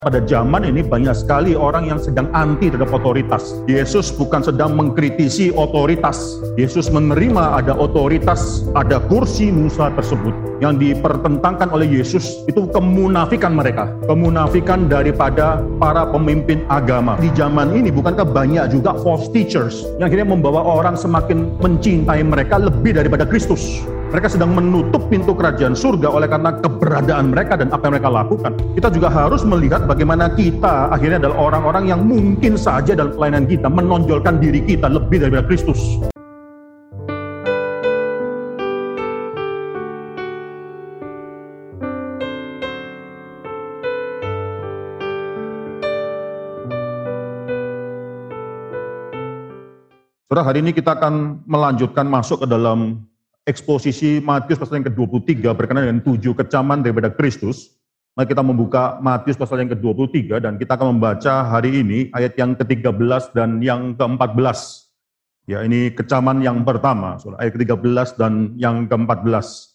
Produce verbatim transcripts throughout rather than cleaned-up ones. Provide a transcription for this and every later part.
Pada zaman ini banyak sekali orang yang sedang anti terhadap otoritas. Yesus bukan sedang mengkritisi otoritas. Yesus menerima ada otoritas, ada kursi Musa tersebut. Yang dipertentangkan oleh Yesus itu kemunafikan mereka. Kemunafikan daripada para pemimpin agama. Di zaman ini bukankah banyak juga false teachers yang akhirnya membawa orang semakin mencintai mereka lebih daripada Kristus. Mereka sedang menutup pintu kerajaan surga oleh karena keberadaan mereka dan apa yang mereka lakukan. Kita juga harus melihat bagaimana kita akhirnya adalah orang-orang yang mungkin saja dalam pelayanan kita menonjolkan diri kita lebih daripada Kristus. Saudara, hari ini kita akan melanjutkan masuk ke dalam eksposisi Matius pasal yang ke dua puluh tiga berkenaan dengan tujuh kecaman daripada Kristus. Mari kita membuka Matius pasal yang ke dua puluh tiga dan kita akan membaca hari ini ayat yang ke tiga belas dan yang ke empat belas. Ya, ini kecaman yang pertama, ayat ke tiga belas dan yang ke empat belas.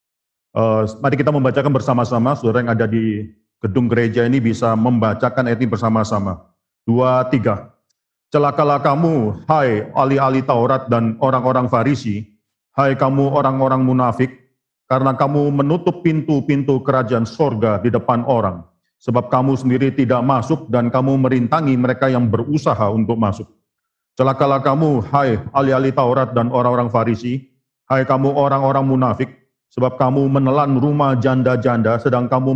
Uh, mari kita membacakan bersama-sama, saudara yang ada di gedung gereja ini bisa membacakan ayat ini bersama-sama. Dua, tiga. Celakalah kamu, hai ahli-ahli Taurat dan orang-orang Farisi, hai kamu orang-orang munafik, karena kamu menutup pintu-pintu kerajaan sorga di depan orang, sebab kamu sendiri tidak masuk dan kamu merintangi mereka yang berusaha untuk masuk. Celakalah kamu, hai ahli-ahli Taurat dan orang-orang Farisi, hai kamu orang-orang munafik, sebab kamu menelan rumah janda-janda, sedang kamu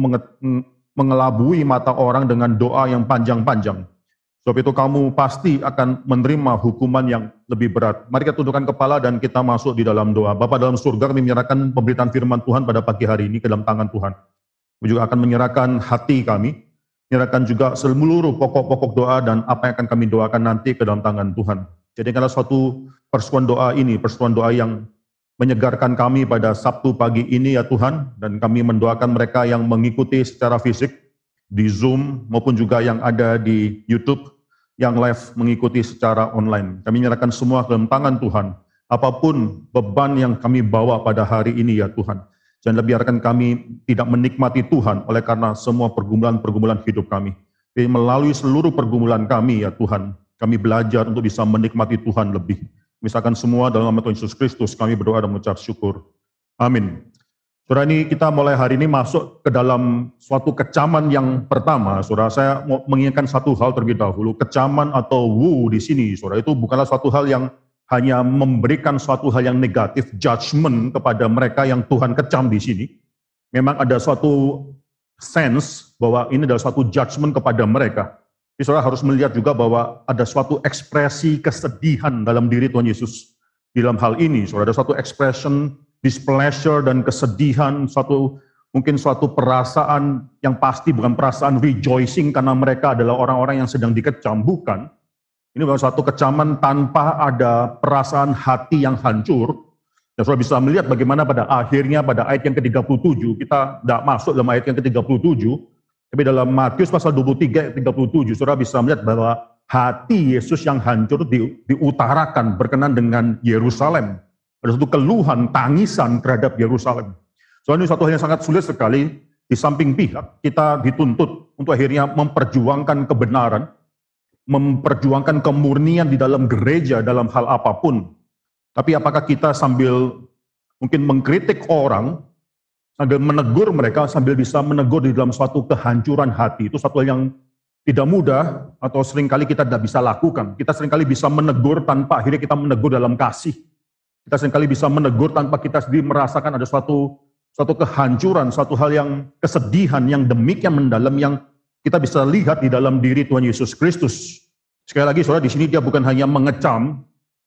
mengelabui mata orang dengan doa yang panjang-panjang. Sebab itu kamu pasti akan menerima hukuman yang lebih berat. Mari kita tundukkan kepala dan kita masuk di dalam doa. Bapa dalam surga, kami menyerahkan pemberitaan firman Tuhan pada pagi hari ini ke dalam tangan Tuhan. Kami juga akan menyerahkan hati kami, menyerahkan juga seluruh pokok-pokok doa dan apa yang akan kami doakan nanti ke dalam tangan Tuhan. Jadikanlah suatu persetujuan doa ini, persetujuan doa yang menyegarkan kami pada Sabtu pagi ini ya Tuhan, dan kami mendoakan mereka yang mengikuti secara fisik di Zoom maupun juga yang ada di YouTube, yang live mengikuti secara online. Kami menyerahkan semua ke dalam tangan Tuhan. Apapun beban yang kami bawa pada hari ini ya Tuhan. Jangan biarkan kami tidak menikmati Tuhan oleh karena semua pergumulan-pergumulan hidup kami. Jadi melalui seluruh pergumulan kami ya Tuhan, kami belajar untuk bisa menikmati Tuhan lebih. Misalkan semua dalam nama Tuhan Yesus Kristus, kami berdoa dan mengucap syukur. Amin. Saudara, ini kita mulai hari ini masuk ke dalam suatu kecaman yang pertama. Saudara, saya mau mengingatkan satu hal terlebih dahulu. Kecaman atau wu di sini, saudara, itu bukanlah suatu hal yang hanya memberikan suatu hal yang negatif, judgment kepada mereka yang Tuhan kecam di sini. Memang ada suatu sense bahwa ini adalah suatu judgment kepada mereka. Tapi saudara harus melihat juga bahwa ada suatu ekspresi kesedihan dalam diri Tuhan Yesus. Di dalam hal ini, saudara, ada suatu expression displeasure dan kesedihan, suatu mungkin suatu perasaan yang pasti bukan perasaan rejoicing karena mereka adalah orang-orang yang sedang dikecam, bukan. Ini bukan suatu kecaman tanpa ada perasaan hati yang hancur. Dan saudara bisa melihat bagaimana pada akhirnya pada ayat yang ke tiga puluh tujuh, kita tidak masuk dalam ayat yang ke tiga puluh tujuh, tapi dalam Matius pasal dua puluh tiga ayat tiga puluh tujuh, saudara bisa melihat bahwa hati Yesus yang hancur di, diutarakan berkenan dengan Yerusalem. Ada satu keluhan, tangisan terhadap Yerusalem. Soalnya ini satu hal yang sangat sulit sekali. Di samping pihak, kita dituntut untuk akhirnya memperjuangkan kebenaran, memperjuangkan kemurnian di dalam gereja dalam hal apapun. Tapi apakah kita sambil mungkin mengkritik orang, sambil menegur mereka, sambil bisa menegur di dalam suatu kehancuran hati, itu satu hal yang tidak mudah atau seringkali kita tidak bisa lakukan. Kita seringkali bisa menegur tanpa akhirnya kita menegur dalam kasih. Kita seringkali bisa menegur tanpa kita sendiri merasakan ada suatu suatu kehancuran, suatu hal yang kesedihan yang demikian mendalam yang kita bisa lihat di dalam diri Tuhan Yesus Kristus. Sekali lagi saudara, di sini dia bukan hanya mengecam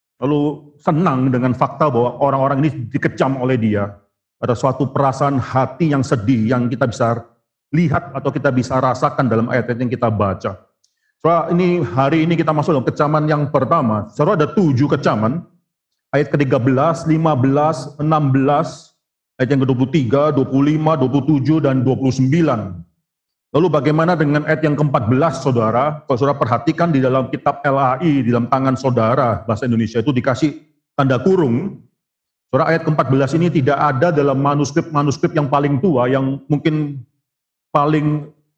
lalu senang dengan fakta bahwa orang-orang ini dikecam oleh dia. Ada suatu perasaan hati yang sedih yang kita bisa lihat atau kita bisa rasakan dalam ayat-ayat yang kita baca. Saudara, ini hari ini kita masuk dalam kecaman yang pertama. Saudara, ada tujuh kecaman. Ayat ke tiga belas, lima belas, enam belas, ayat yang ke dua puluh tiga, dua puluh lima, dua puluh tujuh, dan dua puluh sembilan. Lalu bagaimana dengan ayat yang ke empat belas, saudara? Kalau saudara perhatikan di dalam kitab L A I, di dalam tangan saudara, bahasa Indonesia itu dikasih tanda kurung. Saudara, ayat ke empat belas ini tidak ada dalam manuskrip-manuskrip yang paling tua, yang mungkin paling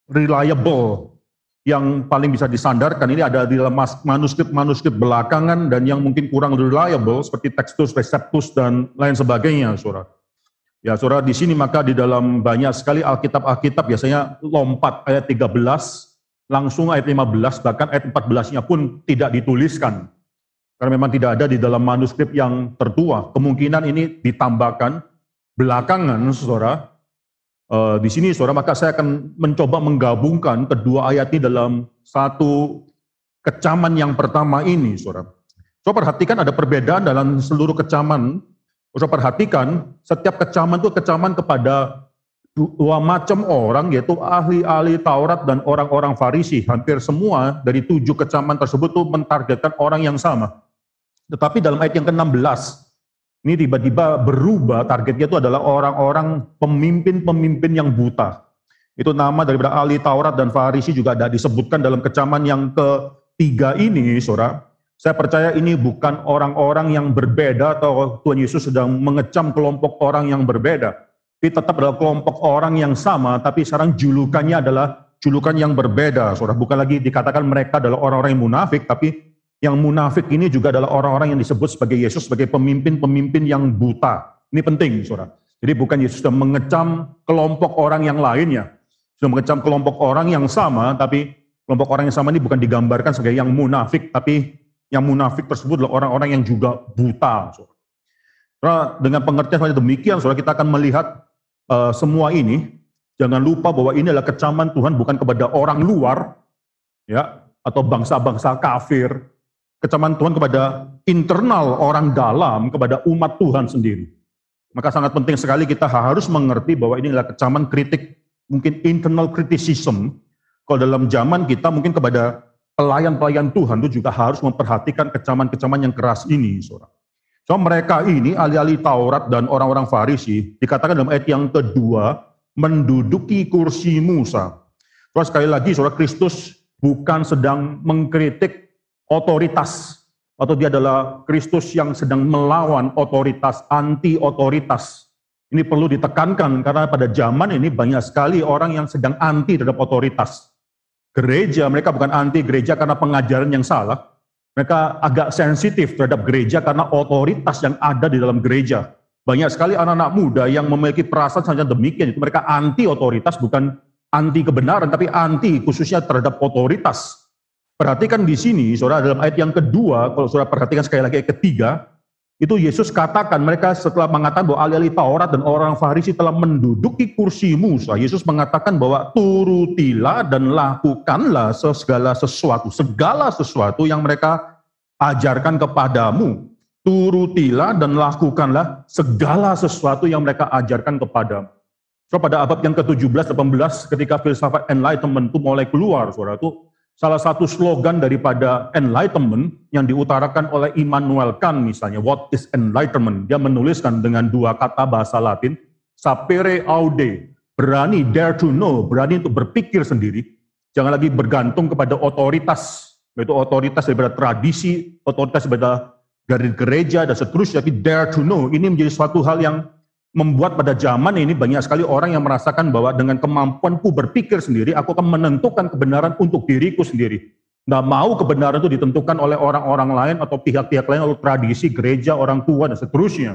reliable yang paling bisa disandarkan ini ada di dalam manuskrip-manuskrip belakangan, dan yang mungkin kurang reliable seperti Textus Receptus dan lain sebagainya, saudara. Ya, saudara, di sini maka di dalam banyak sekali Alkitab-Alkitab biasanya lompat ayat tiga belas, langsung ayat lima belas, bahkan ayat empat belas-nya pun tidak dituliskan. Karena memang tidak ada di dalam manuskrip yang tertua. Kemungkinan ini ditambahkan belakangan, saudara. Uh, di sini, saudara, maka saya akan mencoba menggabungkan kedua ayat ini dalam satu kecaman yang pertama ini, saudara. Saudara perhatikan ada perbedaan dalam seluruh kecaman. Saudara perhatikan, setiap kecaman itu kecaman kepada dua macam orang, yaitu ahli-ahli Taurat dan orang-orang Farisi. Hampir semua dari tujuh kecaman tersebut itu mentargetkan orang yang sama. Tetapi dalam ayat yang ke enam belas, ini tiba-tiba berubah, targetnya itu adalah orang-orang pemimpin-pemimpin yang buta. Itu nama daripada ahli Taurat dan Farisi juga ada disebutkan dalam kecaman yang ketiga ini, saudara. Saya percaya ini bukan orang-orang yang berbeda atau Tuhan Yesus sedang mengecam kelompok orang yang berbeda. Tapi tetap adalah kelompok orang yang sama, tapi sekarang julukannya adalah julukan yang berbeda. Saudara, bukan lagi dikatakan mereka adalah orang-orang yang munafik, tapi yang munafik ini juga adalah orang-orang yang disebut sebagai Yesus sebagai pemimpin-pemimpin yang buta. Ini penting, saudara. Jadi bukan Yesus sedang mengecam kelompok orang yang lainnya. Sedang mengecam kelompok orang yang sama, tapi kelompok orang yang sama ini bukan digambarkan sebagai yang munafik, tapi yang munafik tersebut adalah orang-orang yang juga buta. Saudara, dengan pengertian seperti demikian, saudara, kita akan melihat uh, semua ini. Jangan lupa bahwa ini adalah kecaman Tuhan bukan kepada orang luar, ya, atau bangsa-bangsa kafir. Kecaman Tuhan kepada internal orang dalam, kepada umat Tuhan sendiri. Maka sangat penting sekali kita harus mengerti bahwa ini adalah kecaman kritik, mungkin internal criticism. Kalau dalam zaman kita mungkin kepada pelayan-pelayan Tuhan itu juga harus memperhatikan kecaman-kecaman yang keras ini, saudara. So, mereka ini, ahli-ahli Taurat dan orang-orang Farisi, dikatakan dalam ayat yang kedua, menduduki kursi Musa. So, sekali lagi, saudara, Kristus bukan sedang mengkritik otoritas, atau dia adalah Kristus yang sedang melawan otoritas, anti-otoritas. Ini perlu ditekankan, karena pada zaman ini banyak sekali orang yang sedang anti terhadap otoritas. Gereja, mereka bukan anti gereja karena pengajaran yang salah. Mereka agak sensitif terhadap gereja karena otoritas yang ada di dalam gereja. Banyak sekali anak-anak muda yang memiliki perasaan semacam demikian. Itu mereka anti otoritas, bukan anti kebenaran, tapi anti khususnya terhadap otoritas. Perhatikan di sini, saudara, dalam ayat yang kedua, kalau saudara perhatikan sekali lagi ayat ketiga, itu Yesus katakan, mereka setelah mengatakan bahwa ahli-ahli Taurat dan orang Farisi telah menduduki kursi Musa, Yesus mengatakan bahwa turutilah dan lakukanlah segala sesuatu, segala sesuatu yang mereka ajarkan kepadamu. Turutilah dan lakukanlah segala sesuatu yang mereka ajarkan kepadamu. So, pada abad yang ke tujuh belas delapan belas, ketika filsafat Enlightenment itu mulai keluar, saudara, itu salah satu slogan daripada Enlightenment yang diutarakan oleh Immanuel Kant misalnya, what is Enlightenment? Dia menuliskan dengan dua kata bahasa Latin, sapere aude, berani, dare to know, berani untuk berpikir sendiri, jangan lagi bergantung kepada otoritas, yaitu otoritas daripada tradisi, otoritas daripada dari gereja dan seterusnya, tapi dare to know. Ini menjadi suatu hal yang membuat pada zaman ini banyak sekali orang yang merasakan bahwa dengan kemampuanku berpikir sendiri, aku akan menentukan kebenaran untuk diriku sendiri. Nggak mau kebenaran itu ditentukan oleh orang-orang lain atau pihak-pihak lain, atau tradisi, gereja, orang tua, dan seterusnya.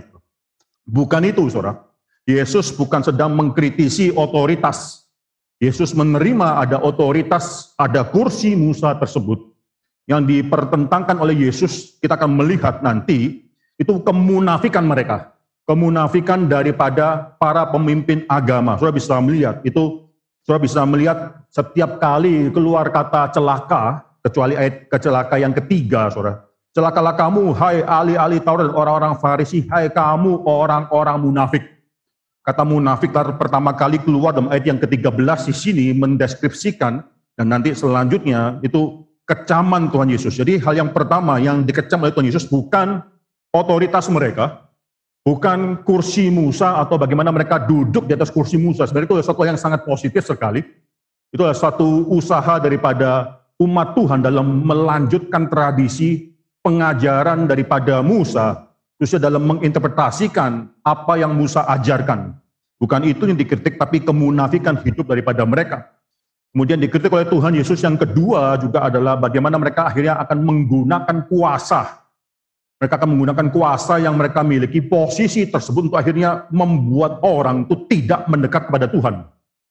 Bukan itu, saudara. Yesus bukan sedang mengkritisi otoritas. Yesus menerima ada otoritas, ada kursi Musa tersebut. Yang dipertentangkan oleh Yesus, kita akan melihat nanti, itu kemunafikan mereka. Kemunafikan daripada para pemimpin agama. Saudara bisa melihat, itu saudara bisa melihat setiap kali keluar kata celaka, kecuali ayat kecelaka yang ketiga, saudara. Celakalah kamu, hai ahli-ahli Taurat dan orang-orang Farisi, hai kamu orang-orang munafik. Kata munafik pertama kali keluar dalam ayat yang ke tiga belas di sini mendeskripsikan, dan nanti selanjutnya itu kecaman Tuhan Yesus. Jadi hal yang pertama yang dikecam oleh Tuhan Yesus bukan otoritas mereka, bukan kursi Musa atau bagaimana mereka duduk di atas kursi Musa. Sebenarnya itu adalah sesuatu yang sangat positif sekali. Itu adalah suatu usaha daripada umat Tuhan dalam melanjutkan tradisi pengajaran daripada Musa, khususnya dalam menginterpretasikan apa yang Musa ajarkan. Bukan itu yang dikritik, tapi kemunafikan hidup daripada mereka. Kemudian dikritik oleh Tuhan Yesus yang kedua juga adalah bagaimana mereka akhirnya akan menggunakan kuasa. Mereka akan menggunakan kuasa yang mereka miliki, posisi tersebut untuk akhirnya membuat orang itu tidak mendekat kepada Tuhan.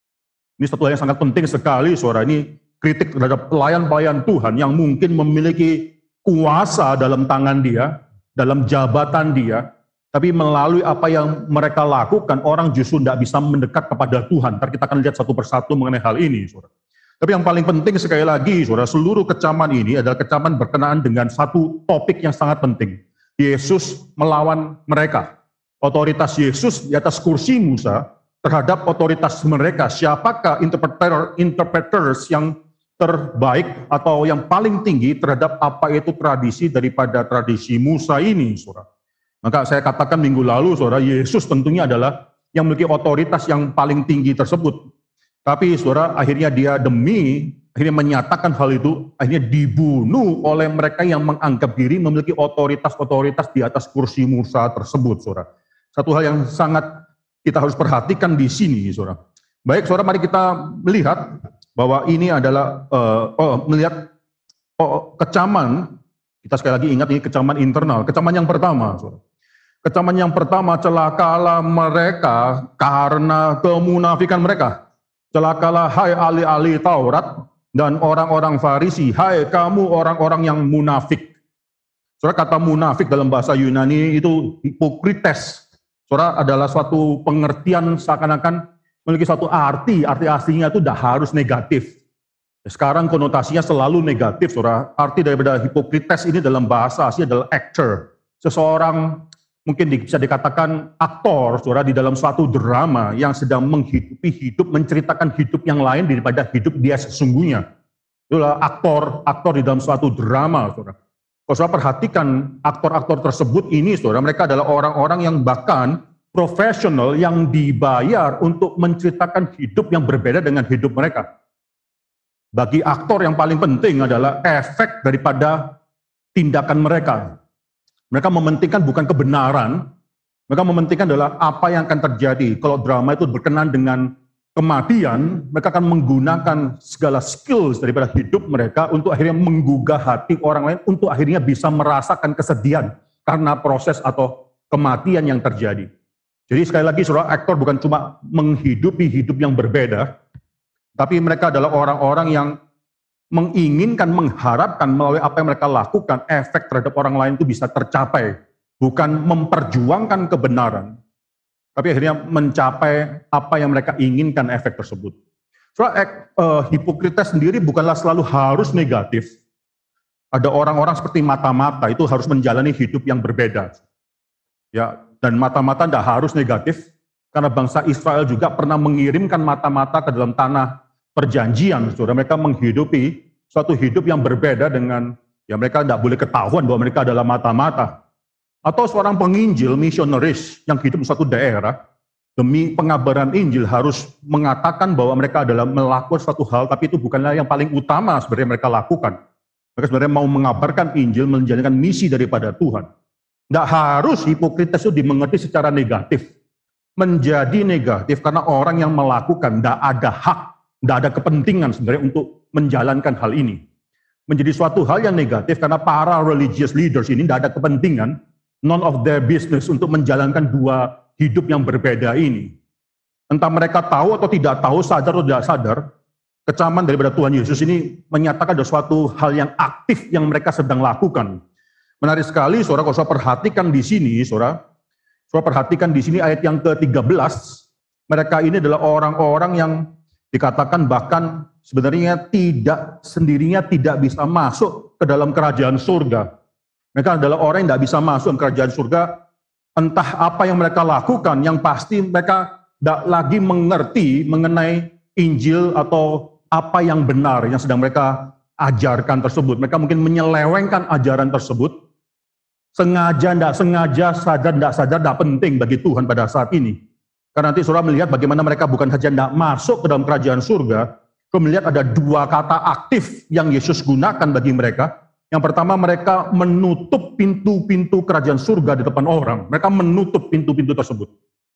Ini satu hal yang sangat penting sekali, saudara. Ini kritik terhadap pelayan-pelayan Tuhan yang mungkin memiliki kuasa dalam tangan dia, dalam jabatan dia, tapi melalui apa yang mereka lakukan, orang justru tidak bisa mendekat kepada Tuhan. Ntar kita akan lihat satu persatu mengenai hal ini, saudara. Tapi yang paling penting sekali lagi, saudara, seluruh kecaman ini adalah kecaman berkenaan dengan satu topik yang sangat penting. Yesus melawan mereka. Otoritas Yesus di atas kursi Musa terhadap otoritas mereka. Siapakah interpreter, interpreters yang terbaik atau yang paling tinggi terhadap apa itu tradisi daripada tradisi Musa ini, saudara. Maka saya katakan minggu lalu, saudara, Yesus tentunya adalah yang memiliki otoritas yang paling tinggi tersebut. Tapi, saudara, akhirnya dia demi, akhirnya menyatakan hal itu, akhirnya dibunuh oleh mereka yang menganggap diri memiliki otoritas-otoritas di atas kursi Musa tersebut, saudara. Satu hal yang sangat kita harus perhatikan di sini, saudara. Baik, saudara, mari kita melihat bahwa ini adalah uh, oh, melihat oh, kecaman. Kita sekali lagi ingat ini kecaman internal. Kecaman yang pertama, saudara. Kecaman yang pertama, celakalah mereka karena kemunafikan mereka. Celakalah hai ahli-ahli Taurat dan orang-orang Farisi, hai kamu orang-orang yang munafik. Saudara, kata munafik dalam bahasa Yunani itu hipokrites. Saudara, adalah suatu pengertian seakan-akan memiliki satu arti, arti aslinya itu tidak harus negatif. Sekarang konotasinya selalu negatif, saudara. Arti daripada hipokrites ini dalam bahasa asli adalah actor. Seseorang mungkin bisa dikatakan aktor, saudara, di dalam suatu drama yang sedang menghidupi hidup, menceritakan hidup yang lain daripada hidup dia sesungguhnya. Itulah aktor, aktor di dalam suatu drama, saudara. Kalau saudara perhatikan aktor-aktor tersebut ini, saudara, mereka adalah orang-orang yang bahkan profesional yang dibayar untuk menceritakan hidup yang berbeda dengan hidup mereka. Bagi aktor yang paling penting adalah efek daripada tindakan mereka. Mereka mementingkan bukan kebenaran, mereka mementingkan adalah apa yang akan terjadi. Kalau drama itu berkenaan dengan kematian, mereka akan menggunakan segala skills daripada hidup mereka untuk akhirnya menggugah hati orang lain, untuk akhirnya bisa merasakan kesedihan karena proses atau kematian yang terjadi. Jadi sekali lagi, saudara, aktor bukan cuma menghidupi hidup yang berbeda, tapi mereka adalah orang-orang yang menginginkan, mengharapkan melalui apa yang mereka lakukan, efek terhadap orang lain itu bisa tercapai. Bukan memperjuangkan kebenaran, tapi akhirnya mencapai apa yang mereka inginkan efek tersebut. Saudara, eh, hipokrites sendiri bukanlah selalu harus negatif. Ada orang-orang seperti mata-mata itu harus menjalani hidup yang berbeda. Ya, dan mata-mata tidak harus negatif, karena bangsa Israel juga pernah mengirimkan mata-mata ke dalam tanah perjanjian. Saudara, mereka menghidupi suatu hidup yang berbeda dengan, ya mereka tidak boleh ketahuan bahwa mereka adalah mata-mata. Atau seorang penginjil, misionaris yang hidup di suatu daerah, demi pengabaran Injil harus mengatakan bahwa mereka adalah melakukan suatu hal, tapi itu bukanlah yang paling utama sebenarnya mereka lakukan. Mereka sebenarnya mau mengabarkan Injil, menjalankan misi daripada Tuhan. Tidak harus hipokrites itu dimengerti secara negatif. Menjadi negatif karena orang yang melakukan tidak ada hak, tidak ada kepentingan sebenarnya untuk menjalankan hal ini. Menjadi suatu hal yang negatif karena para religious leaders ini tidak ada kepentingan, none of their business untuk menjalankan dua hidup yang berbeda ini. Entah mereka tahu atau tidak tahu, sadar atau tidak sadar, kecaman daripada Tuhan Yesus ini menyatakan ada suatu hal yang aktif yang mereka sedang lakukan. Menarik sekali, saudara, kalau saudara perhatikan di sini, saudara, saudara perhatikan di sini ayat yang ke tiga belas, mereka ini adalah orang-orang yang dikatakan bahkan sebenarnya tidak sendirinya tidak bisa masuk ke dalam kerajaan surga. Mereka adalah orang yang tidak bisa masuk ke kerajaan surga, entah apa yang mereka lakukan, yang pasti mereka tidak lagi mengerti mengenai Injil atau apa yang benar yang sedang mereka ajarkan tersebut. Mereka mungkin menyelewengkan ajaran tersebut, sengaja, tidak sengaja, sadar, tidak sadar, tidak penting bagi Tuhan pada saat ini. Karena nanti saudara melihat bagaimana mereka bukan saja tidak masuk ke dalam kerajaan surga, saudara melihat ada dua kata aktif yang Yesus gunakan bagi mereka. Yang pertama, mereka menutup pintu-pintu kerajaan surga di depan orang. Mereka menutup pintu-pintu tersebut.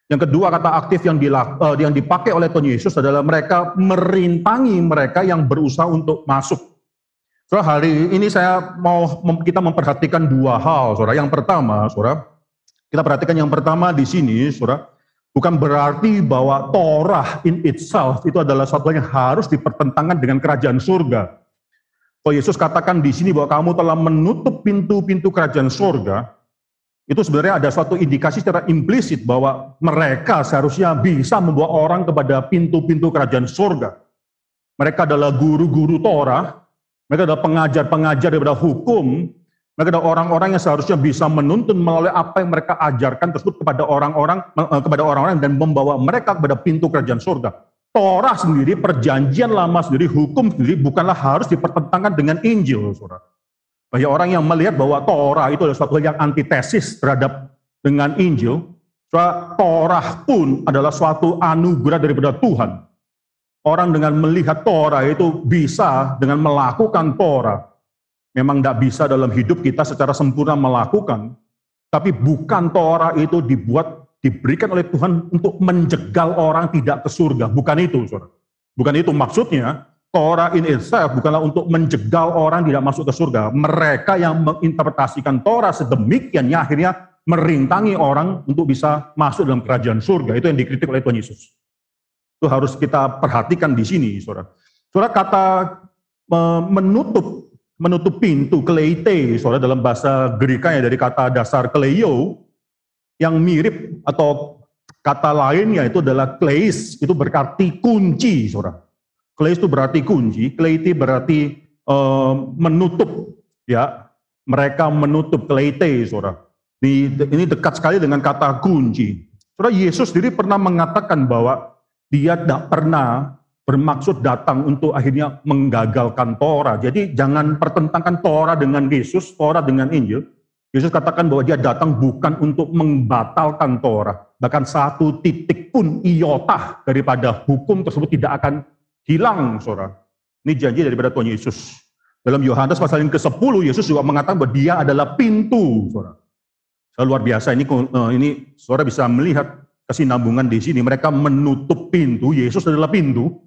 Yang kedua kata aktif yang, dilak, uh, yang dipakai oleh Tuhan Yesus adalah mereka merintangi mereka yang berusaha untuk masuk. So, hari ini saya mau mem, kita memperhatikan dua hal, saudara. Yang pertama, saudara, kita perhatikan yang pertama di sini, saudara, bukan berarti bahwa Torah in itself itu adalah sesuatu yang harus dipertentangkan dengan kerajaan surga. Kalau Yesus katakan di sini bahwa kamu telah menutup pintu-pintu kerajaan surga, itu sebenarnya ada suatu indikasi secara implisit bahwa mereka seharusnya bisa membawa orang kepada pintu-pintu kerajaan surga. Mereka adalah guru-guru Torah, mereka adalah pengajar-pengajar daripada hukum, mereka adalah orang-orang yang seharusnya bisa menuntun melalui apa yang mereka ajarkan tersebut kepada orang-orang kepada orang-orang dan membawa mereka kepada pintu kerajaan surga. Torah sendiri, perjanjian lama sendiri, hukum sendiri bukanlah harus dipertentangkan dengan Injil, saudara. Banyak orang yang melihat bahwa Torah itu adalah suatu yang antitesis terhadap dengan Injil. Torah pun adalah suatu anugerah daripada Tuhan. Orang dengan melihat Torah itu bisa dengan melakukan Torah. Memang tidak bisa dalam hidup kita secara sempurna melakukan. Tapi bukan Torah itu dibuat, diberikan oleh Tuhan untuk menjegal orang tidak ke surga. Bukan itu, saudara. Bukan itu maksudnya. Torah in itself bukanlah untuk menjegal orang tidak masuk ke surga. Mereka yang menginterpretasikan Torah sedemikian ya akhirnya merintangi orang untuk bisa masuk dalam kerajaan surga. Itu yang dikritik oleh Tuhan Yesus. Itu harus kita perhatikan di sini, saudara. Saudara, kata menutup menutup pintu, kleite, saudara, dalam bahasa Grekanya dari kata dasar kleio yang mirip atau kata lainnya itu adalah kleis, itu berarti kunci, saudara. Kleis itu berarti kunci, kleite berarti uh, menutup, ya. Mereka menutup, kleite, saudara. Ini, ini dekat sekali dengan kata kunci. Saudara, Yesus sendiri pernah mengatakan bahwa dia tidak pernah bermaksud datang untuk akhirnya menggagalkan Torah. Jadi jangan pertentangkan Torah dengan Yesus, Torah dengan Injil. Yesus katakan bahwa dia datang bukan untuk membatalkan Torah. Bahkan satu titik pun iota daripada hukum tersebut tidak akan hilang, saudara. Ini janji daripada Tuhan Yesus. Dalam Yohanes pasal yang kesepuluh, Yesus juga mengatakan bahwa dia adalah pintu, saudara. So, luar biasa, ini, ini saudara bisa melihat kesinambungan di sini. Mereka menutup pintu, Yesus adalah pintu.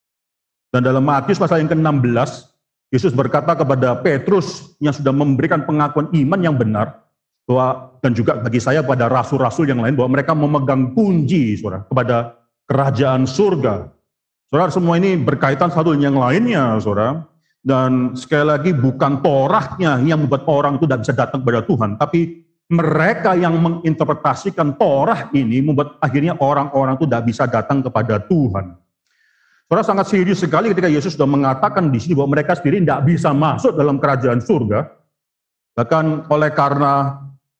Dan dalam Matius pasal yang ke enam belas, Yesus berkata kepada Petrus yang sudah memberikan pengakuan iman yang benar, bahwa, dan juga bagi saya pada rasul-rasul yang lain, bahwa mereka memegang kunci, saudara, kepada kerajaan surga. Saudara, semua ini berkaitan satu dengan yang lainnya, saudara. Dan sekali lagi bukan Torahnya yang membuat orang itu tidak bisa datang kepada Tuhan, tapi mereka yang menginterpretasikan Torah ini membuat akhirnya orang-orang itu tidak bisa datang kepada Tuhan. Saudara, sangat serius sekali ketika Yesus sudah mengatakan di sini bahwa mereka sendiri tidak bisa masuk dalam kerajaan surga. Bahkan oleh karena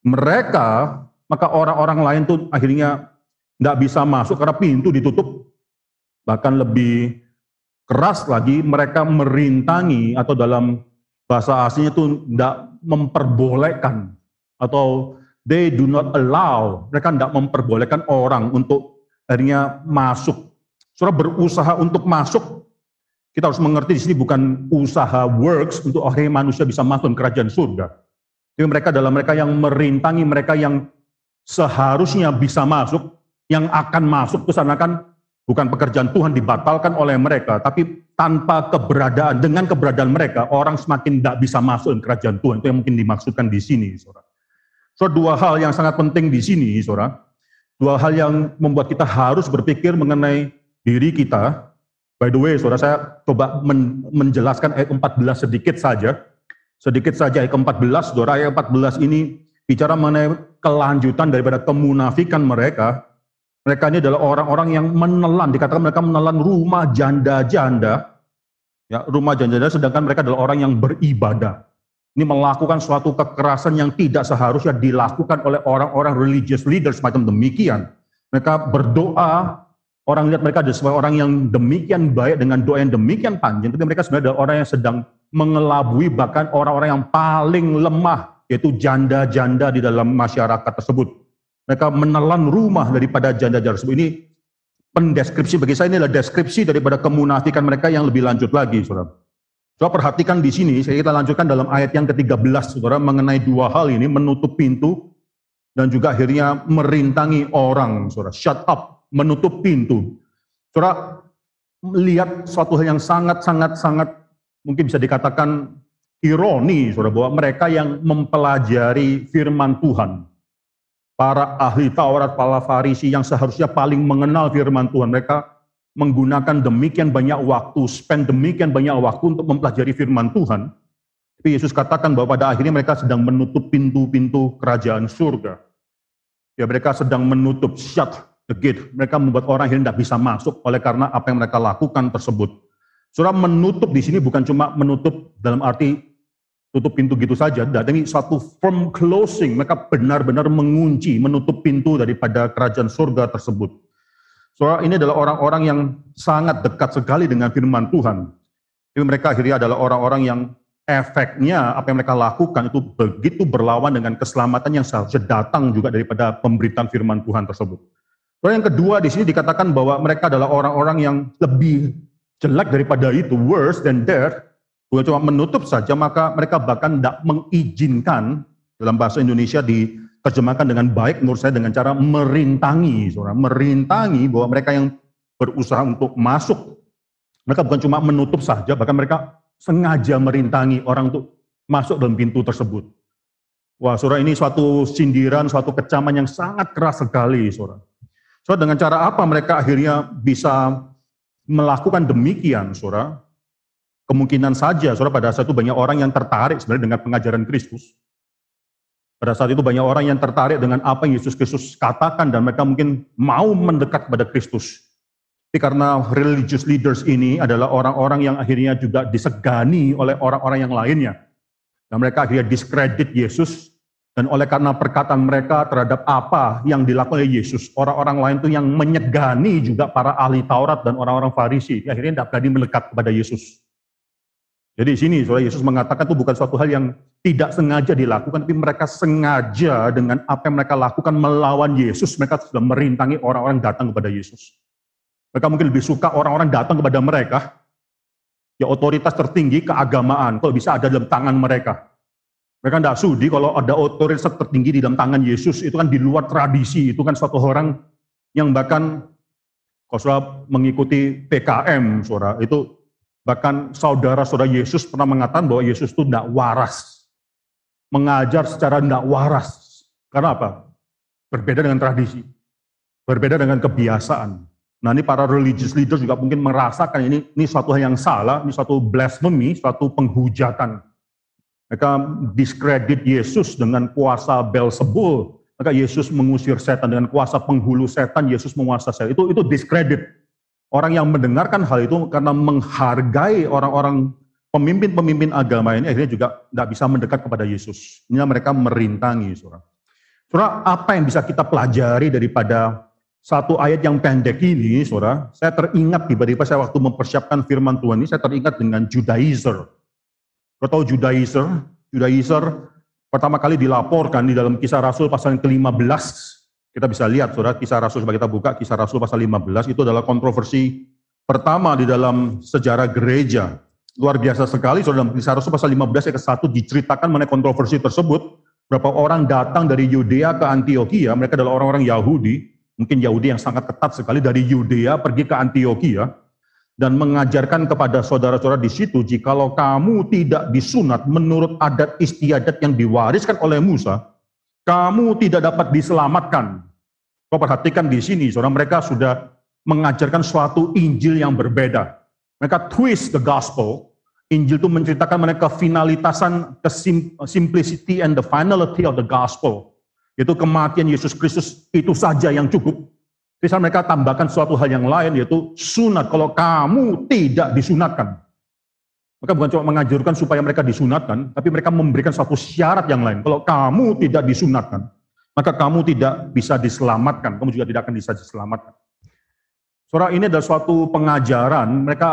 mereka, maka orang-orang lain itu akhirnya tidak bisa masuk karena pintu ditutup. Bahkan lebih keras lagi, mereka merintangi atau dalam bahasa aslinya itu tidak memperbolehkan atau they do not allow, mereka tidak memperbolehkan orang untuk akhirnya masuk. Saudara, berusaha untuk masuk, kita harus mengerti di sini bukan usaha works untuk akhirnya manusia bisa masuk ke kerajaan surga. Jadi mereka adalah mereka yang merintangi, mereka yang seharusnya bisa masuk, yang akan masuk ke sana kan. Bukan pekerjaan Tuhan dibatalkan oleh mereka, tapi tanpa keberadaan, dengan keberadaan mereka, orang semakin tidak bisa masuk ke kerajaan Tuhan. Itu yang mungkin dimaksudkan di sini, saudara. So, dua hal yang sangat penting di sini, saudara. Dua hal yang membuat kita harus berpikir mengenai diri kita. By the way, saudara, saya coba men menjelaskan ayat empat belas sedikit saja. Sedikit saja ayat empat belas, saudara. Ayat empat belas ini bicara mengenai kelanjutan daripada kemunafikan mereka. Mereka ini adalah orang-orang yang menelan, dikatakan mereka menelan rumah janda-janda, ya, rumah janda-janda, sedangkan mereka adalah orang yang beribadah. Ini melakukan suatu kekerasan yang tidak seharusnya dilakukan oleh orang-orang religious leaders semacam demikian. Mereka berdoa, orang lihat mereka adalah sebagai orang yang demikian baik dengan doa yang demikian panjang, tapi mereka sebenarnya adalah orang yang sedang mengelabui bahkan orang-orang yang paling lemah, yaitu janda-janda di dalam masyarakat tersebut. Mereka menelan rumah daripada janda-janda tersebut. Ini pendeskripsi, bagi saya ini adalah deskripsi daripada kemunafikan mereka yang lebih lanjut lagi, saudara. Saudara, perhatikan di sini, saya kita lanjutkan dalam ayat yang ke tiga belas, saudara, mengenai dua hal ini, menutup pintu dan juga akhirnya merintangi orang, saudara. Shut up, menutup pintu. Saudara, melihat suatu hal yang sangat-sangat-sangat mungkin bisa dikatakan ironi, saudara, bahwa mereka yang mempelajari firman Tuhan, para ahli Taurat, para Farisi yang seharusnya paling mengenal firman Tuhan, mereka menggunakan demikian banyak waktu, spend demikian banyak waktu untuk mempelajari firman Tuhan. Tapi Yesus katakan bahwa pada akhirnya mereka sedang menutup pintu-pintu kerajaan surga. Ya, mereka sedang menutup, shut the gate. Mereka membuat orang yang tidak bisa masuk oleh karena apa yang mereka lakukan tersebut. Saudara, menutup di sini bukan cuma menutup dalam arti tutup pintu gitu saja, tapi suatu firm closing. Mereka benar-benar mengunci, menutup pintu daripada kerajaan surga tersebut. Saudara, ini adalah orang-orang yang sangat dekat sekali dengan firman Tuhan. Tapi mereka akhirnya adalah orang-orang yang efeknya apa yang mereka lakukan itu begitu berlawan dengan keselamatan yang seharusnya datang juga daripada pemberitaan firman Tuhan tersebut. Lalu yang kedua di sini dikatakan bahwa mereka adalah orang-orang yang lebih jelek daripada itu, worse than that. Bukan cuma menutup saja, maka mereka bahkan tidak mengizinkan, dalam bahasa Indonesia diterjemahkan dengan baik menurut saya dengan cara merintangi, saudara, merintangi bahwa mereka yang berusaha untuk masuk, mereka bukan cuma menutup saja, bahkan mereka sengaja merintangi orang untuk masuk dalam pintu tersebut. Wah, saudara, ini suatu sindiran, suatu kecaman yang sangat keras sekali, saudara. Saudara, dengan cara apa mereka akhirnya bisa melakukan demikian, saudara? Kemungkinan saja, saudara, pada saat itu banyak orang yang tertarik sebenarnya dengan pengajaran Kristus. Pada saat itu banyak orang yang tertarik dengan apa yang Yesus Kristus katakan dan mereka mungkin mau mendekat kepada Kristus. Tapi karena religious leaders ini adalah orang-orang yang akhirnya juga disegani oleh orang-orang yang lainnya. Dan mereka akhirnya diskredit Yesus. Dan oleh karena perkataan mereka terhadap apa yang dilakukan oleh Yesus, orang-orang lain itu yang menyegani juga para ahli Taurat dan orang-orang Farisi. Akhirnya tidak berani melekat kepada Yesus. Jadi di sini, saudara, Yesus mengatakan itu bukan suatu hal yang tidak sengaja dilakukan, tapi mereka sengaja dengan apa yang mereka lakukan melawan Yesus. Mereka sudah merintangi orang-orang datang kepada Yesus. Mereka mungkin lebih suka orang-orang datang kepada mereka, ya otoritas tertinggi keagamaan, kalau bisa ada dalam tangan mereka. Mereka tidak sudi kalau ada otoritas tertinggi di dalam tangan Yesus, itu kan di luar tradisi, itu kan suatu orang yang bahkan, kalau saudara mengikuti P K M, saudara, itu bahkan saudara-saudara Yesus pernah mengatakan bahwa Yesus itu tidak waras, mengajar secara tidak waras. Karena apa? Berbeda dengan tradisi, berbeda dengan kebiasaan. Nah, ini para religious leaders juga mungkin merasakan ini ini suatu hal yang salah, ini suatu blasphemy, suatu penghujatan. Mereka diskredit Yesus dengan kuasa Beelzebul. Maka Yesus mengusir setan dengan kuasa penghulu setan, Yesus menguasai setan. Itu itu diskredit. Orang yang mendengarkan hal itu karena menghargai orang-orang pemimpin-pemimpin agama ini akhirnya juga tidak bisa mendekat kepada Yesus. Ini mereka merintangi, saudara. Saudara, apa yang bisa kita pelajari daripada satu ayat yang pendek ini, saudara? Saya teringat tiba-tiba saya waktu mempersiapkan firman Tuhan ini, saya teringat dengan Judaizer. Kau tahu Judaizer? Judaizer pertama kali dilaporkan di dalam Kisah Rasul pasal yang kelima belas. Kita bisa lihat, saudara, Kisah Rasul, coba kita buka Kisah Rasul pasal lima belas, itu adalah kontroversi pertama di dalam sejarah gereja. Luar biasa sekali, saudara, dalam Kisah Rasul pasal lima belas ayat ke satu diceritakan mengenai kontroversi tersebut. Berapa orang datang dari Yudea ke Antiokhia, mereka adalah orang-orang Yahudi, mungkin Yahudi yang sangat ketat sekali, dari Yudea pergi ke Antiokhia, dan mengajarkan kepada saudara-saudara di situ, jikalau kamu tidak disunat menurut adat istiadat yang diwariskan oleh Musa, kamu tidak dapat diselamatkan. Kau perhatikan di sini, saudara, mereka sudah mengajarkan suatu Injil yang berbeda. Mereka twist the gospel. Injil itu menceritakan mereka finalitasan, the simplicity and the finality of the gospel. Yaitu kematian Yesus Kristus itu saja yang cukup. Bisa mereka tambahkan suatu hal yang lain, yaitu sunat. Kalau kamu tidak disunatkan, maka bukan cuma mengajarkan supaya mereka disunatkan, tapi mereka memberikan suatu syarat yang lain. Kalau kamu tidak disunatkan, maka kamu tidak bisa diselamatkan. Kamu juga tidak akan bisa diselamatkan. Saudara, ini adalah suatu pengajaran. Mereka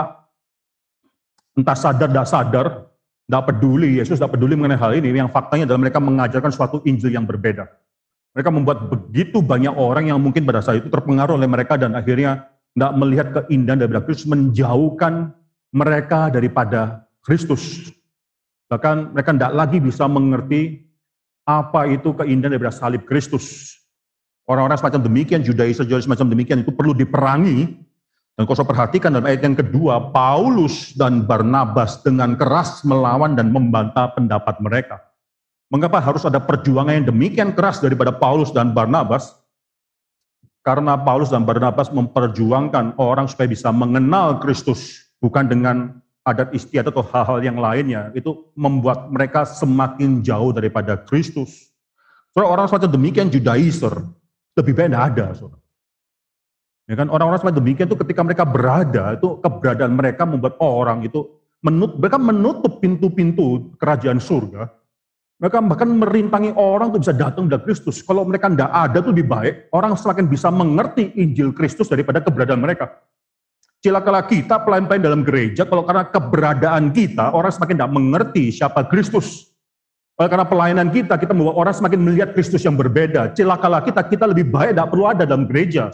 entah sadar tidak sadar, tidak peduli, Yesus tidak peduli mengenai hal ini. Yang faktanya adalah mereka mengajarkan suatu Injil yang berbeda. Mereka membuat begitu banyak orang yang mungkin pada saat itu terpengaruh oleh mereka dan akhirnya tidak melihat keindahan daripada Kristus, menjauhkan mereka daripada Kristus. Bahkan mereka tidak lagi bisa mengerti Apa itu keindahan daripada salib Kristus? Orang-orang semacam demikian, Judaism semacam demikian itu perlu diperangi. Dan kalau saya perhatikan dalam ayat yang kedua, Paulus dan Barnabas dengan keras melawan dan membantah pendapat mereka. Mengapa harus ada perjuangan yang demikian keras daripada Paulus dan Barnabas? Karena Paulus dan Barnabas memperjuangkan orang supaya bisa mengenal Kristus, bukan dengan adat istiadat atau hal-hal yang lainnya. Itu membuat mereka semakin jauh daripada Kristus. Soalnya orang semacam demikian Judaizer, lebih baik tidak ada. Saudara. Ya kan, orang-orang semacam demikian itu ketika mereka berada, itu keberadaan mereka membuat orang itu menut, mereka menutup pintu-pintu kerajaan surga. Mereka bahkan merintangi orang untuk bisa datang kepada Kristus. Kalau mereka tidak ada itu lebih baik, orang semakin bisa mengerti Injil Kristus daripada keberadaan mereka. Cilakalah kita pelayan-pelayan dalam gereja, kalau karena keberadaan kita, orang semakin tidak mengerti siapa Kristus. Oleh karena pelayanan kita, kita membawa orang semakin melihat Kristus yang berbeda. Cilakalah kita, kita lebih baik tidak perlu ada dalam gereja.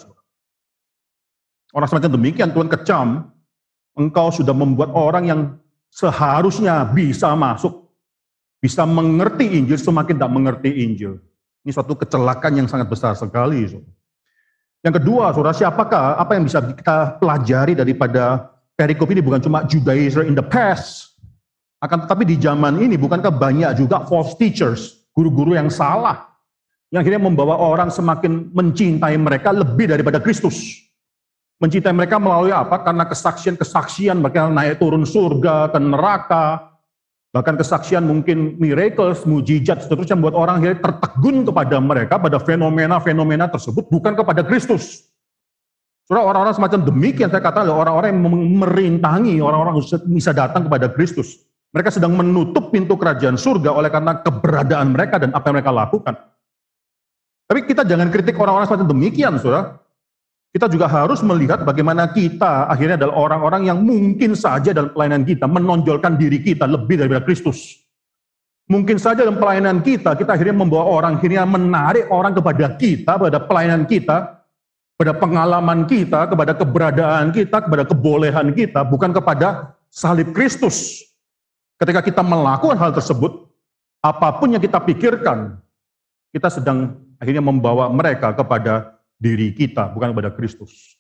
Orang semacam demikian, Tuhan kecam, engkau sudah membuat orang yang seharusnya bisa masuk, bisa mengerti Injil, semakin tidak mengerti Injil. Ini suatu kecelakaan yang sangat besar sekali. Yang kedua, saudara, siapakah, apa yang bisa kita pelajari daripada perikop ini? Bukan cuma Judaizer in the past, akan tetapi di zaman ini bukankah banyak juga false teachers, guru-guru yang salah, yang akhirnya membawa orang semakin mencintai mereka lebih daripada Kristus. Mencintai mereka melalui apa? Karena kesaksian-kesaksian, mereka naik turun surga, ke neraka, bahkan kesaksian mungkin miracles, mujizat, seterusnya membuat orang akhirnya tertegun kepada mereka, pada fenomena-fenomena tersebut, bukan kepada Kristus. Saudara, orang-orang semacam demikian, saya katakan orang-orang yang merintangi, orang-orang bisa datang kepada Kristus. Mereka sedang menutup pintu kerajaan surga oleh karena keberadaan mereka dan apa yang mereka lakukan. Tapi kita jangan kritik orang-orang semacam demikian, saudara. Kita juga harus melihat bagaimana kita akhirnya adalah orang-orang yang mungkin saja dalam pelayanan kita menonjolkan diri kita lebih daripada Kristus. Mungkin saja dalam pelayanan kita, kita akhirnya membawa orang, akhirnya menarik orang kepada kita, pada pelayanan kita, pada pengalaman kita, kepada keberadaan kita, kepada kebolehan kita, bukan kepada salib Kristus. Ketika kita melakukan hal tersebut, apapun yang kita pikirkan, kita sedang akhirnya membawa mereka kepada diri kita, bukan kepada Kristus.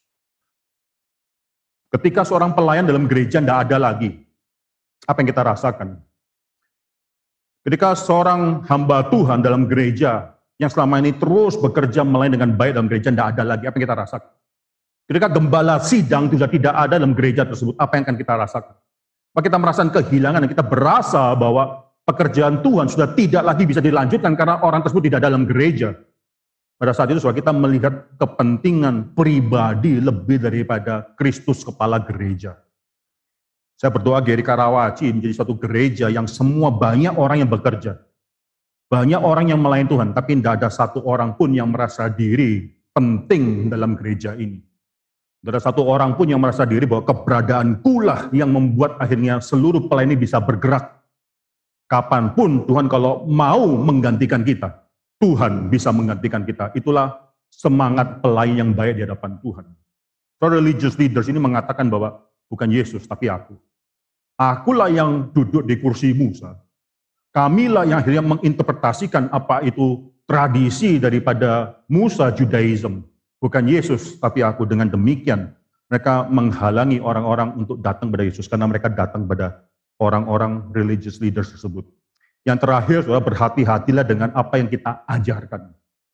Ketika seorang pelayan dalam gereja tidak ada lagi, apa yang kita rasakan? Ketika seorang hamba Tuhan dalam gereja, yang selama ini terus bekerja melayani dengan baik dalam gereja, tidak ada lagi, apa yang kita rasakan? Ketika gembala sidang sudah tidak ada dalam gereja tersebut, apa yang akan kita rasakan? Apa kita merasakan kehilangan, dan kita berasa bahwa pekerjaan Tuhan sudah tidak lagi bisa dilanjutkan karena orang tersebut tidak dalam gereja. Pada saat itu kita melihat kepentingan pribadi lebih daripada Kristus kepala gereja. Saya berdoa G R I Karawaci menjadi suatu gereja yang semua banyak orang yang bekerja. Banyak orang yang melayani Tuhan, tapi tidak ada satu orang pun yang merasa diri penting dalam gereja ini. Tidak ada satu orang pun yang merasa diri bahwa keberadaan kulah yang membuat akhirnya seluruh pelayan ini bisa bergerak. Kapanpun Tuhan kalau mau menggantikan kita, Tuhan bisa menggantikan kita. Itulah semangat pelayan yang baik di hadapan Tuhan. So, religious leaders ini mengatakan bahwa bukan Yesus, tapi aku. Akulah yang duduk di kursi Musa. Kamilah yang akhirnya menginterpretasikan apa itu tradisi daripada Musa Judaism. Bukan Yesus, tapi aku. Dengan demikian, mereka menghalangi orang-orang untuk datang kepada Yesus, karena mereka datang kepada orang-orang religious leaders tersebut. Yang terakhir, saudara, berhati-hatilah dengan apa yang kita ajarkan.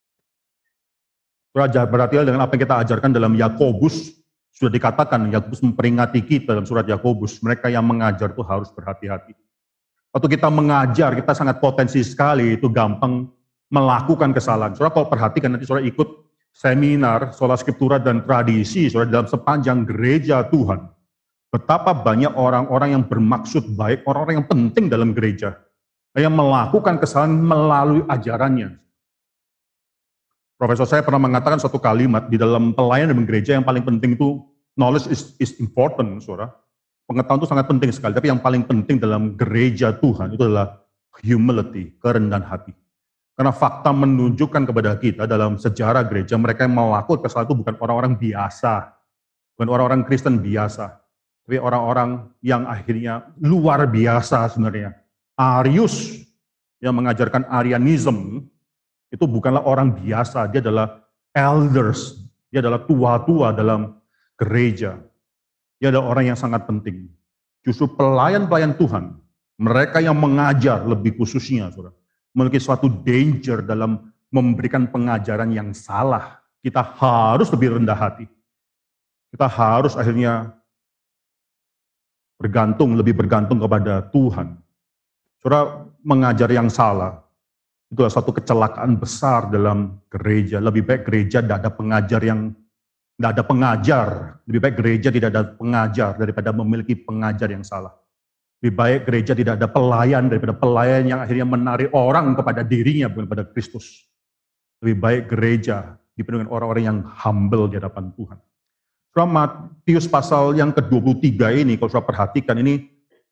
Saudara, berhati-hatilah dengan apa yang kita ajarkan dalam Yakobus. Sudah dikatakan, Yakobus memperingati kita dalam surat Yakobus. Mereka yang mengajar itu harus berhati-hati. Waktu kita mengajar, kita sangat potensi sekali, itu gampang melakukan kesalahan. Saudara, kalau perhatikan, nanti saudara ikut seminar, sola scriptura dan tradisi, saudara, dalam sepanjang gereja Tuhan. Betapa banyak orang-orang yang bermaksud baik, orang-orang yang penting dalam gereja, yang melakukan kesalahan melalui ajarannya. Profesor saya pernah mengatakan suatu kalimat, di dalam pelayanan dalam gereja yang paling penting itu, knowledge is, is important, saudara. Pengetahuan itu sangat penting sekali, tapi yang paling penting dalam gereja Tuhan itu adalah humility, kerendahan hati. Karena fakta menunjukkan kepada kita dalam sejarah gereja, mereka yang melakukan kesalahan itu bukan orang-orang biasa, bukan orang-orang Kristen biasa, tapi orang-orang yang akhirnya luar biasa sebenarnya. Arius yang mengajarkan Arianism, itu bukanlah orang biasa, dia adalah elders, dia adalah tua-tua dalam gereja. Dia adalah orang yang sangat penting. Justru pelayan-pelayan Tuhan, mereka yang mengajar lebih khususnya, saudara, memiliki suatu danger dalam memberikan pengajaran yang salah. Kita harus lebih rendah hati. Kita harus akhirnya bergantung, lebih bergantung kepada Tuhan. Saudara, mengajar yang salah, itu adalah suatu kecelakaan besar dalam gereja. Lebih baik gereja tidak ada pengajar yang, tidak ada pengajar. Lebih baik gereja tidak ada pengajar daripada memiliki pengajar yang salah. Lebih baik gereja tidak ada pelayan daripada pelayan yang akhirnya menarik orang kepada dirinya, bukan kepada Kristus. Lebih baik gereja dipenuhi dengan orang-orang yang humble di hadapan Tuhan. Surah Matius pasal yang ke dua puluh tiga ini, kalau sudah perhatikan, ini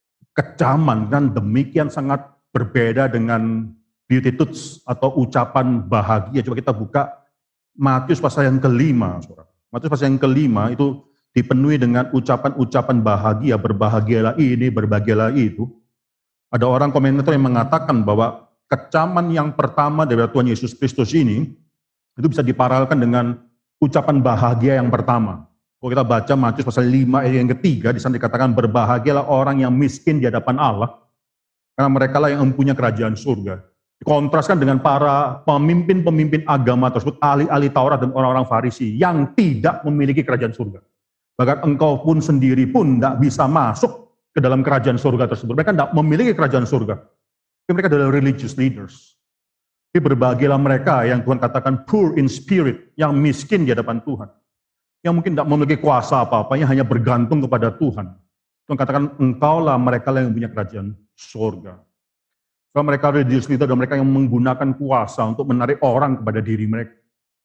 kecaman dan demikian sangat berbeda dengan beatitudes atau ucapan bahagia. Coba kita buka Matius pasal yang kelima. Matius pasal yang kelima itu dipenuhi dengan ucapan-ucapan bahagia, berbahagialah ini, berbahagialah itu. Ada orang komentator yang mengatakan bahwa kecaman yang pertama dari Tuhan Yesus Kristus ini, itu bisa diparalelkan dengan ucapan bahagia yang pertama. Kalau kita baca Matius pasal lima ayat yang ketiga, di sana dikatakan berbahagialah orang yang miskin di hadapan Allah, karena mereka lah yang mempunyai kerajaan surga. Dikontraskan dengan para pemimpin-pemimpin agama tersebut, ahli-ahli Taurat dan orang-orang Farisi yang tidak memiliki kerajaan surga. Bahkan engkau pun sendiri pun tidak bisa masuk ke dalam kerajaan surga tersebut. Mereka tidak memiliki kerajaan surga. Mereka adalah religious leaders. Tapi berbahagialah mereka yang Tuhan katakan poor in spirit, yang miskin di hadapan Tuhan. Yang mungkin tidak memiliki kuasa apa-apa, yang hanya bergantung kepada Tuhan. Tuhan katakan, engkaulah mereka yang punya kerajaan surga. So, mereka religious leader dan mereka yang menggunakan kuasa untuk menarik orang kepada diri mereka.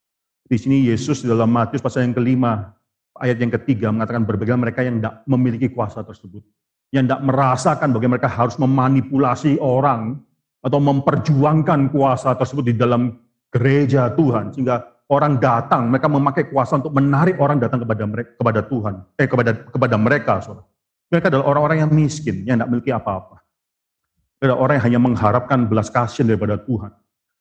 Di sini Yesus di dalam Matius pasal yang kelima, ayat yang ketiga mengatakan berbahagialah mereka yang tidak memiliki kuasa tersebut. Yang tidak merasakan bagaimana mereka harus memanipulasi orang atau memperjuangkan kuasa tersebut di dalam gereja Tuhan. Sehingga orang datang, mereka memakai kuasa untuk menarik orang datang kepada mereka, kepada Tuhan, eh kepada kepada mereka, saudara. Mereka adalah orang-orang yang miskin, yang tidak memiliki apa-apa. Mereka adalah orang yang hanya mengharapkan belas kasihan daripada Tuhan.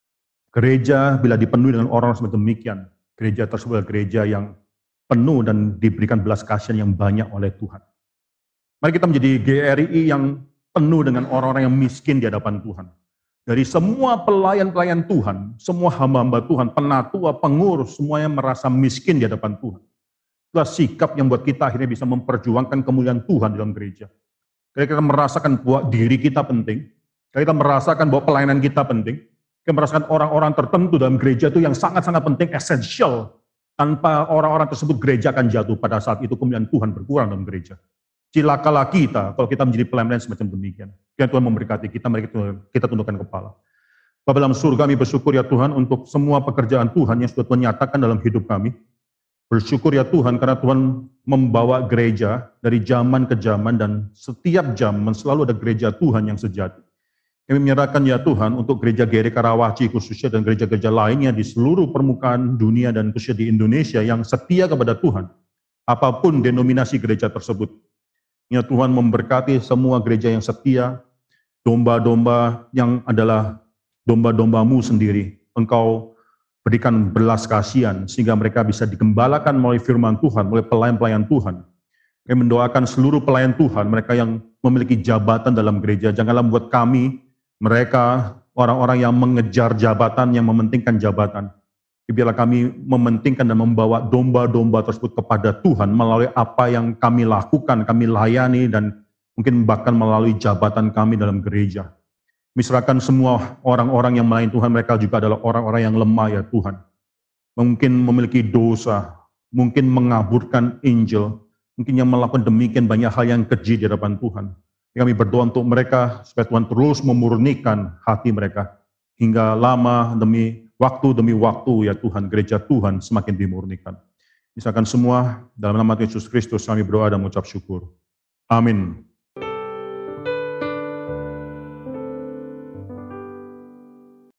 Gereja bila dipenuhi dengan orang seperti demikian, gereja tersebut adalah gereja yang penuh dan diberikan belas kasihan yang banyak oleh Tuhan. Mari kita menjadi G R I yang penuh dengan orang-orang yang miskin di hadapan Tuhan. Dari semua pelayan-pelayan Tuhan, semua hamba-hamba Tuhan, penatua, pengurus, semuanya merasa miskin di hadapan Tuhan. Itulah sikap yang buat kita akhirnya bisa memperjuangkan kemuliaan Tuhan dalam gereja. Kita merasakan bahwa diri kita penting, kita merasakan bahwa pelayanan kita penting, kita merasakan orang-orang tertentu dalam gereja itu yang sangat-sangat penting, esensial. Tanpa orang-orang tersebut gereja akan jatuh. Pada saat itu kemuliaan Tuhan berkurang dalam gereja. Cilakalah kita kalau kita menjadi pelayan semacam demikian. Biar Tuhan memberkati kita, mari kita, kita tundukkan kepala. Bapa dalam surga, kami bersyukur ya Tuhan untuk semua pekerjaan Tuhan yang sudah Tuhan nyatakan dalam hidup kami. Bersyukur ya Tuhan karena Tuhan membawa gereja dari zaman ke zaman dan setiap zaman selalu ada gereja Tuhan yang sejati. Kami menyerahkan ya Tuhan untuk gereja G R I Karawaci khususnya dan gereja-gereja lainnya di seluruh permukaan dunia dan khususnya di Indonesia yang setia kepada Tuhan. Apapun denominasi gereja tersebut. Ya Tuhan memberkati semua gereja yang setia, domba-domba yang adalah domba-dombamu sendiri. Engkau berikan belas kasihan sehingga mereka bisa digembalakan melalui firman Tuhan, melalui pelayan-pelayan Tuhan. Kami mendoakan seluruh pelayan Tuhan, mereka yang memiliki jabatan dalam gereja. Janganlah membuat kami, mereka orang-orang yang mengejar jabatan, yang mementingkan jabatan. Biarlah kami mementingkan dan membawa domba-domba tersebut kepada Tuhan melalui apa yang kami lakukan, kami layani, dan mungkin bahkan melalui jabatan kami dalam gereja. Misalkan semua orang-orang yang melayani Tuhan, mereka juga adalah orang-orang yang lemah ya Tuhan. Mungkin memiliki dosa, mungkin mengaburkan Injil, mungkin yang melakukan demikian banyak hal yang keji di hadapan Tuhan. Kami berdoa untuk mereka supaya Tuhan terus memurnikan hati mereka hingga lama demi waktu demi waktu ya Tuhan, gereja Tuhan semakin dimurnikan. Misalkan semua dalam nama Yesus Kristus kami berdoa dan mengucap syukur. Amin.